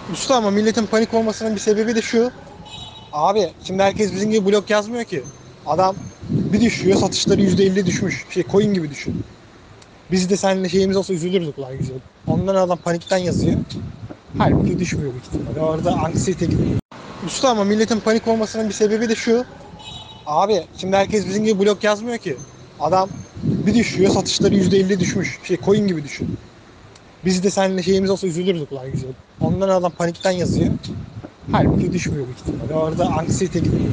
Usta ama milletin panik olmasının bir sebebi de şu. Abi şimdi herkes bizim gibi blog yazmıyor ki. Adam bir düşüyor, satışları %50 düşmüş. Coin gibi düşün. Biz de seninle şeyimiz olsa üzülürdük lan güzel. Ondan adam panikten yazıyor. Halbuki düşmüyor büyük ihtimalle. Orada anksiyete gidiyor. Usta ama milletin panik olmasının bir sebebi de şu. Abi şimdi herkes bizim gibi blog yazmıyor ki. Adam bir düşüyor, satışları %50 düşmüş. Coin gibi düşün. Biz de seninle şeyimiz olsa üzülürdük lan güzel. Ondan adam panikten yazıyor. Halbuki düşmüyor büyük ihtimalle. Orada anksiyete gidiyor.